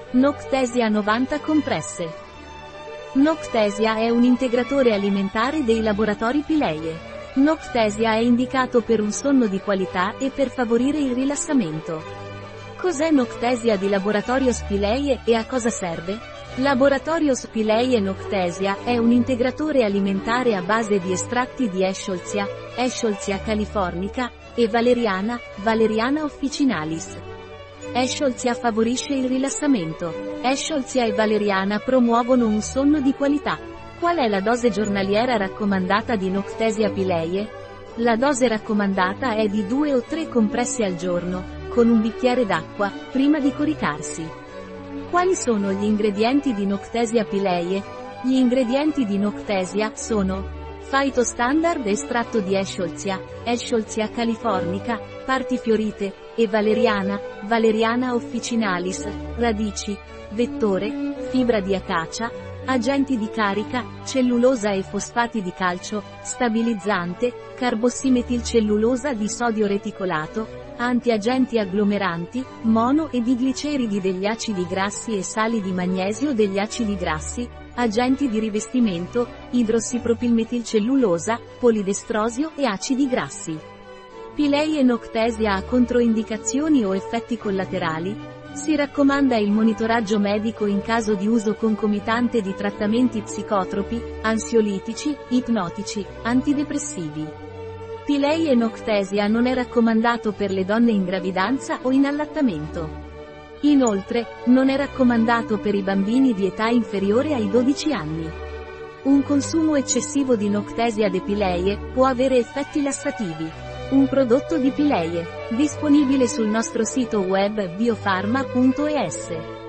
Noctesia 90 compresse. Noctesia è un integratore alimentare dei laboratori Pileie. Noctesia è indicato per un sonno di qualità e per favorire il rilassamento. Cos'è Noctesia di Laboratorios Pileie e a cosa serve? Laboratorios Pileie Noctesia è un integratore alimentare a base di estratti di Eschscholzia, Eschscholzia californica, e valeriana, Valeriana officinalis. Eschscholzia favorisce il rilassamento. Eschscholzia e valeriana promuovono un sonno di qualità. Qual è la dose giornaliera raccomandata di Noctesia Pileie? La dose raccomandata è di 2 o 3 compresse al giorno, con un bicchiere d'acqua, prima di coricarsi. Quali sono gli ingredienti di Noctesia Pileie? Gli ingredienti di Noctesia sono Phytostandard estratto di Eschscholzia, Eschscholzia californica, parti fiorite, e valeriana, Valeriana officinalis, radici, vettore, fibra di acacia, agenti di carica, cellulosa e fosfati di calcio, stabilizzante, carbossimetilcellulosa di sodio reticolato, antiagenti agglomeranti, mono e digliceridi degli acidi grassi e sali di magnesio degli acidi grassi, agenti di rivestimento, idrossipropilmetilcellulosa, polidestrosio e acidi grassi. Pileie Noctesia ha controindicazioni o effetti collaterali? Si raccomanda il monitoraggio medico in caso di uso concomitante di trattamenti psicotropi, ansiolitici, ipnotici, antidepressivi. Pileie Noctesia non è raccomandato per le donne in gravidanza o in allattamento. Inoltre, non è raccomandato per i bambini di età inferiore ai 12 anni. Un consumo eccessivo di Noctesia de Pileie può avere effetti lassativi. Un prodotto di Pileie, disponibile sul nostro sito web biofarma.es.